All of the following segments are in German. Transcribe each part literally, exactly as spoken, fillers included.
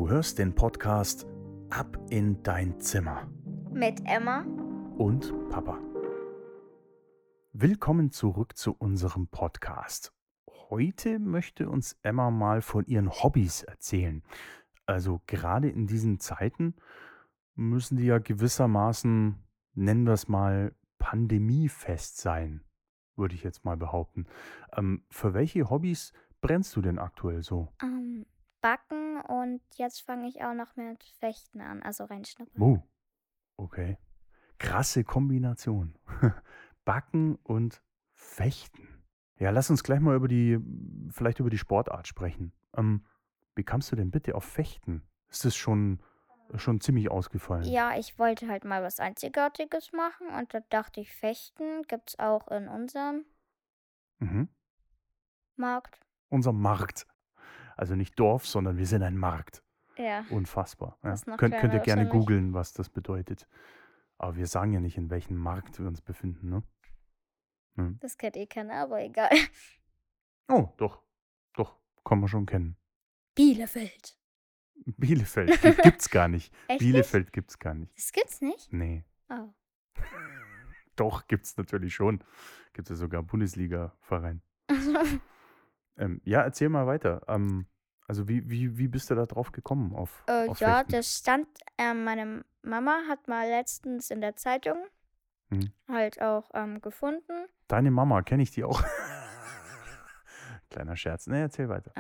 Du hörst den Podcast Ab in dein Zimmer Mit Emma und Papa. Willkommen zurück zu unserem Podcast. Heute möchte uns Emma mal von ihren Hobbys erzählen. Also gerade in diesen Zeiten müssen die ja gewissermaßen, nennen wir es mal, pandemiefest sein, würde ich jetzt mal behaupten. Ähm, für welche Hobbys brennst du denn aktuell so? ähm, backen und jetzt fange ich auch noch mit Fechten an, also reinschnuppern. Oh, okay. Krasse Kombination. Backen und Fechten. Ja, lass uns gleich mal über die, vielleicht über die Sportart sprechen. Ähm, wie kamst du denn bitte auf Fechten? Ist das schon, schon ziemlich ausgefallen? Ja, ich wollte halt mal was Einzigartiges machen und da dachte ich, Fechten gibt's auch in unserem Mhm. Markt. Unser Markt. Also nicht Dorf, sondern wir sind ein Markt. Ja, Unfassbar. Ja. das ist noch Könnt, könnt ihr kleiner gerne wahrscheinlich. googeln, was das bedeutet. Aber wir sagen ja nicht, in welchem Markt wir uns befinden, ne? Hm. Das kennt eh keiner, aber egal. Oh, doch. Doch, kann man schon kennen. Bielefeld. Bielefeld gibt, gibt's gar nicht. Echt nicht? Bielefeld gibt's gar nicht. Das gibt's nicht? Nee. Oh. Doch, gibt's natürlich schon. Gibt es ja sogar einen Bundesliga-Verein. Ähm, ja, erzähl mal weiter. Ähm, also wie, wie, wie bist du da drauf gekommen auf, äh, auf ja, Fechten? das stand, ähm, meine Mama hat mal letztens in der Zeitung Hm. halt auch ähm, gefunden. Deine Mama, kenne ich die auch? Kleiner Scherz. Nee, erzähl weiter.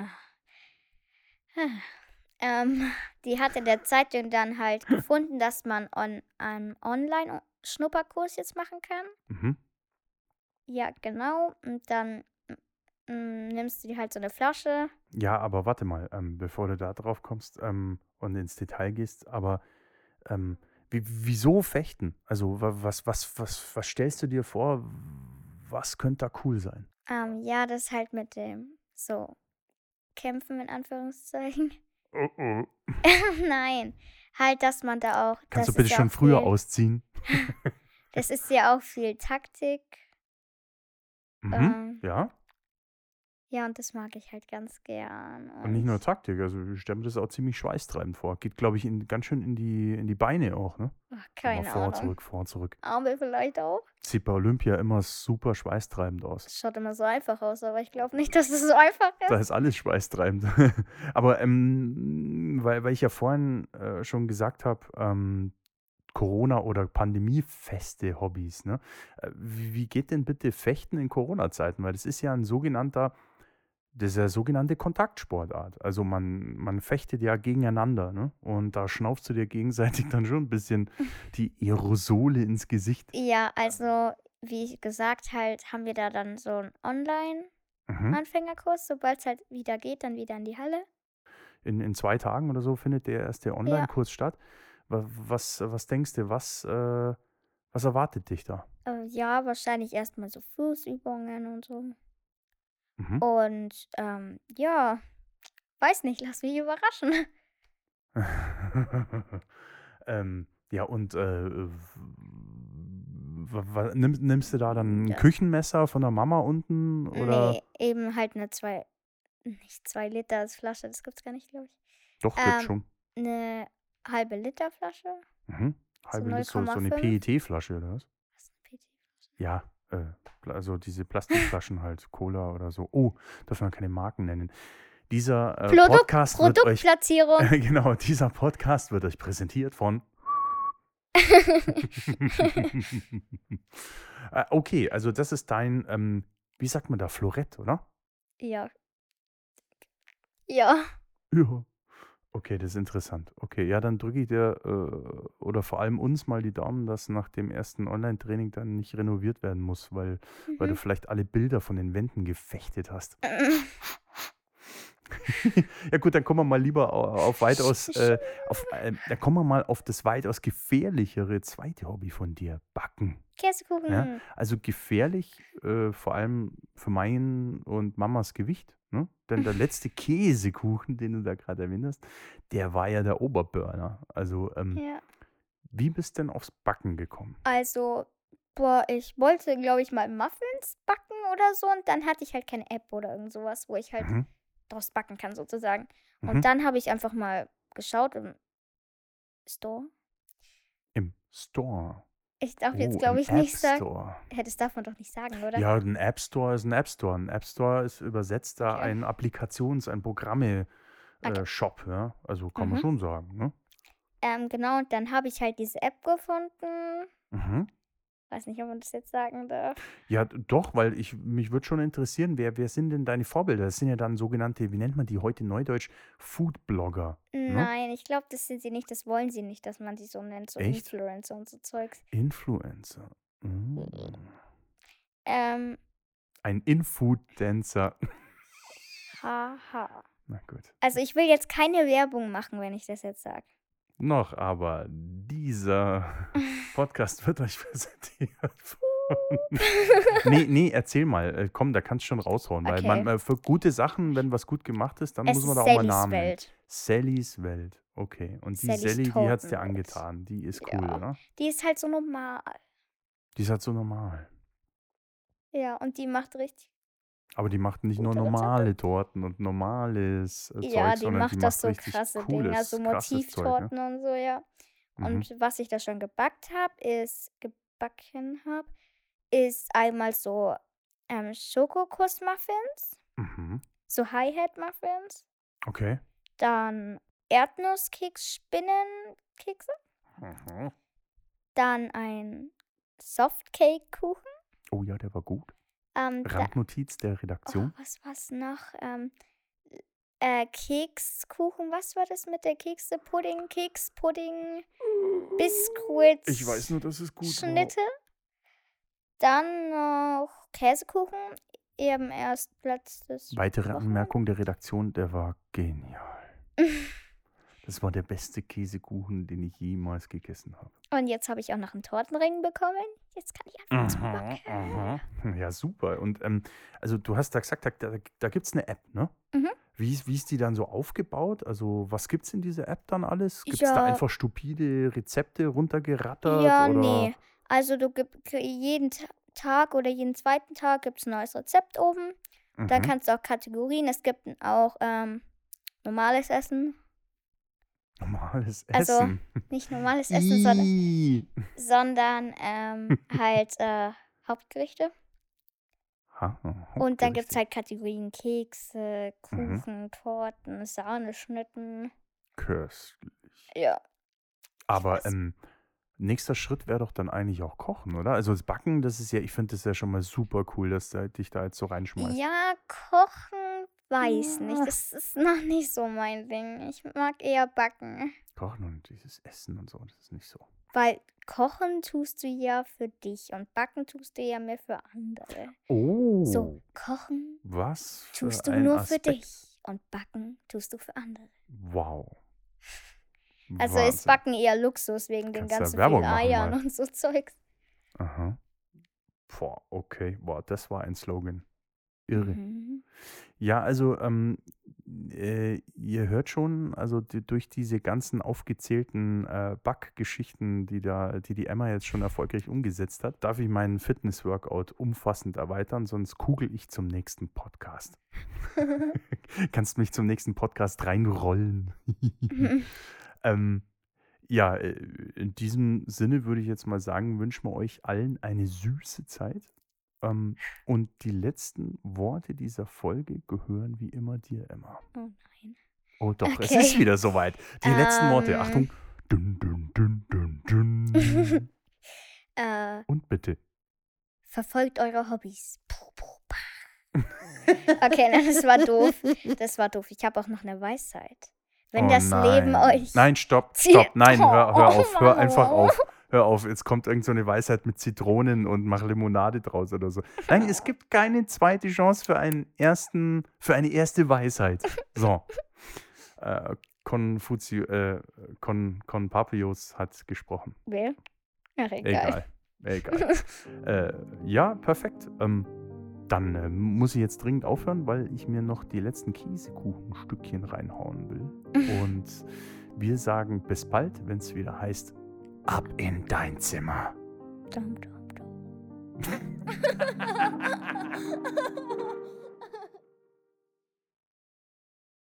Ähm, die hat in der Zeitung dann halt gefunden, dass man on, einen Online-Schnupperkurs jetzt machen kann. Mhm. Ja, genau. Und dann mm, nimmst du dir halt so eine Flasche. Ja, aber warte mal, ähm, bevor du da drauf kommst ähm, und ins Detail gehst, aber ähm, wie, wieso Fechten? Also wa- was, was, was, was stellst du dir vor? Was könnte da cool sein? Ähm, ja, das halt mit dem so Kämpfen in Anführungszeichen. Oh, oh. Nein, halt, dass man da auch. Kannst du Das bitte ist ja schon auch früher viel, ausziehen? Das ist ja auch viel Taktik. Mhm. Ähm, Ja. ja, und das mag ich halt ganz gern. Und nicht nur Und Taktik, also ich stelle mir das auch ziemlich schweißtreibend vor. Geht, glaube ich, in, ganz schön in die, in die Beine auch, ne? ach, Immer keine vor, Ahnung. zurück, vor, zurück. Arme vielleicht auch. Sieht bei Olympia immer super schweißtreibend aus. Es schaut immer so einfach aus, aber ich glaube nicht, dass es so einfach Da ist. ist alles schweißtreibend. Aber ähm, weil, weil ich ja vorhin äh, schon gesagt habe, ähm, Corona- oder pandemiefeste Hobbys, ne? Äh, Wie, wie geht denn bitte Fechten in Corona-Zeiten? Weil das ist ja ein sogenannter, das ist ja sogenannte Kontaktsportart. Also man, man fechtet ja gegeneinander, ne? Und da schnaufst du dir gegenseitig dann schon ein bisschen die Aerosole ins Gesicht. Ja, also wie ich gesagt halt, haben wir da dann so einen Mhm. Online-Anfängerkurs. Sobald es halt wieder geht, dann wieder in die Halle. In, in zwei Tagen oder so findet der erste Ja, Online-Kurs statt. Wa- Was, was denkst du, was, äh, was erwartet dich da? äh, ja, wahrscheinlich erstmal so Fußübungen und so. Mhm. Und ähm, ja, weiß nicht, lass mich überraschen. ähm, ja, und äh, w- wa- nimm, nimmst du da dann ein Ja. Küchenmesser von der Mama unten? Oder? Nee, eben halt eine zwei, nicht zwei Liter Flasche, das gibt's gar nicht, glaube ich. Doch, gibt's Ähm, schon. eine halbe Liter Flasche, Mhm. so Halbe Liter, so, so eine null Komma fünf. P E T-Flasche oder was? Was ist eine P T-Flasche? Ja, äh, pla- also diese Plastikflaschen halt, Cola oder so. Oh, dürfen wir keine Marken nennen. Dieser äh, Produkt, Podcast wird euch, Produktplatzierung. genau, dieser Podcast wird euch präsentiert von. Äh, okay, also das ist dein, ähm, wie sagt man da, Florett, oder? Ja, ja. Ja. Okay, das ist interessant. Okay, ja, dann drücke ich dir äh, oder vor allem uns mal die Daumen, dass nach dem ersten Online-Training dann nicht renoviert werden muss, weil, weil du Mhm. vielleicht alle Bilder von den Wänden gefechtet hast. Ja gut, dann kommen wir mal lieber au- auf weitaus, äh, auf, äh, dann kommen wir mal auf das weitaus gefährlichere zweite Hobby von dir, Backen. Ja? Käsekuchen. Also gefährlich, äh, vor allem für mein und Mamas Gewicht. Ne? Denn der letzte Käsekuchen, den du da gerade erwähnt hast, der war ja der Oberburner. Also ähm, Ja. wie bist du denn aufs Backen gekommen? Also, boah, ich wollte, glaube ich, mal Muffins backen oder so. Und dann hatte ich halt keine App oder irgend sowas, wo ich halt Mhm. draus backen kann, sozusagen. Mhm. Und dann habe ich einfach mal geschaut im Store. Im Store. Ich darf jetzt, Oh, glaube im ich, nicht App sagen. Store. Ja, das darf man doch nicht sagen, oder? Ja, ein App Store ist ein App Store. Ein App Store ist übersetzt da Okay. ein Applikations-, ein Programme-Shop. Okay. Äh, ja? Also kann man Mhm. schon sagen. Ne? Ähm, genau, und dann habe ich halt diese App gefunden. Mhm. Weiß nicht, ob man das jetzt sagen darf. Ja, d- doch, weil ich mich würde schon interessieren, wer, wer sind denn deine Vorbilder? Das sind ja dann sogenannte, wie nennt man die heute neudeutsch, Food-Blogger. Ne? Nein, ich glaube, das sind sie nicht. Das wollen sie nicht, dass man sie so nennt. So Echt? Influencer und so Zeugs. Influencer. Mm. Ähm, Ein Infodancer. haha. Na gut. Also ich will jetzt keine Werbung machen, wenn ich das jetzt sage. Noch aber dieser Podcast wird euch präsentiert. von- nee, nee, erzähl mal. Äh, Komm, da kannst du schon raushauen. Weil Okay. man, äh, für gute Sachen, wenn was gut gemacht ist, dann Es muss man ist da auch mal Sallys Namen nennen. Welt. Sallys Welt. Okay. Und die Sallys Sally, die hat es dir Tortenwelt. angetan. Die ist cool, Ja. oder? Die ist halt so normal. Die ist halt so normal. Ja, und die macht richtig. Aber die macht nicht nur Gute Rezepte. normale Torten und normales äh, Ja, Zeug, die sondern die macht doch macht so richtig krasse Dinge, cooles, so krasses Zeug. Ne? Motivtorten und so, ja. Mhm. Und was ich da schon gebackt habe, ist gebacken habe, ist einmal so ähm, Schokokuss-Muffins, Mhm. so Hi-Hat-Muffins, Okay. dann Erdnusskeks-Spinnenkekse, Mhm. dann ein Softcake-Kuchen. Oh ja, der war gut. Ähm, da, Randnotiz der oh, Redaktion. was war's noch? Ähm, äh, Kekskuchen, was war das mit der Kekse? Pudding, Kekspudding, Biskuits, Ich weiß nur, dass es gut war. Schnitte. Dann noch Käsekuchen, eben erst letztes Weitere Wochenende. Anmerkung der Redaktion, der war genial. Das war der beste Käsekuchen, den ich jemals gegessen habe. Und jetzt habe ich auch noch einen Tortenring bekommen. Jetzt kann ich einfach zubacken. Mhm. Ja, super. Und ähm, also du hast da gesagt, da, da, da gibt es eine App, ne? Mhm. Wie, ist- wie ist die dann so aufgebaut? Also was gibt es in dieser App dann alles? Gibt es da Ja. einfach stupide Rezepte runtergerattert? Ja, oder? nee. Also du gibst jeden Ta- Tag oder jeden zweiten Tag gibt es ein neues Rezept oben. Da Mhm. kannst du auch Kategorien. Es gibt auch ähm, normales Essen. Normales Also Essen. nicht normales Essen, sondern, Ih. sondern ähm, halt äh, Hauptgerichte. Ha, Und dann gibt Hauptgerichte. es halt Kategorien Kekse, Mhm. Kuchen, Torten, Sahneschnitten. Köstlich. Ja. Aber weiß. ähm, nächster Schritt wäre doch dann eigentlich auch Kochen, oder? Also das Backen, das ist ja, ich finde das ja schon mal super cool, dass du dich da jetzt so reinschmeißt. Ja, kochen, weiß nicht. Ja. Das ist noch nicht so mein Ding. Ich mag eher backen. Kochen und dieses Essen und so, das ist nicht so. Weil kochen tust du ja für dich und backen tust du ja mehr für andere. Oh, So, kochen was für tust du ein nur für Aspekt. dich und backen tust du für andere. Wow. Also ist Wahnsinn. Backen eher Luxus wegen den Kannst du da ganzen Werbung vielen machen Eiern mal? und so Zeugs. Aha. Boah, okay. Boah, das war ein Slogan. Irre. Mhm. Ja, also ähm, äh, ihr hört schon, also die, durch diese ganzen aufgezählten äh, Backgeschichten, die da, die die Emma jetzt schon erfolgreich umgesetzt hat, darf ich meinen Fitness-Workout umfassend erweitern, sonst kugel ich zum nächsten Podcast. Kannst mich zum nächsten Podcast reinrollen. ähm, ja, äh, in diesem Sinne würde ich jetzt mal sagen, wünschen wir euch allen eine süße Zeit. Ähm, und die letzten Worte dieser Folge gehören wie immer dir, Emma. Oh nein. Oh doch, es Okay. ist wieder soweit. Die letzten Worte. Ähm. Achtung. Dun, dun, dun, dun, dun. äh, Und bitte. verfolgt eure Hobbys. Puh, puh, pah. Okay, nein, das war doof. Das war doof. Ich habe auch noch eine Weisheit. Wenn Oh das Leben nein. euch Nein, stopp, zie- stopp. Nein, hör, hör Oh, auf, hör einfach Mann. auf. Hör auf, jetzt kommt irgend so eine Weisheit mit Zitronen und mach Limonade draus oder so. Nein, es gibt keine zweite Chance für einen ersten, für eine erste Weisheit. So. Äh, Konfutio, äh, Kon, Konpapios hat gesprochen. Wer? Ach, egal. Egal. Egal. äh, ja, perfekt. Ähm, dann äh, muss ich jetzt dringend aufhören, weil ich mir noch die letzten Käsekuchenstückchen reinhauen will. Und wir sagen bis bald, wenn es wieder heißt, ab in dein Zimmer. Dum, dum, dum.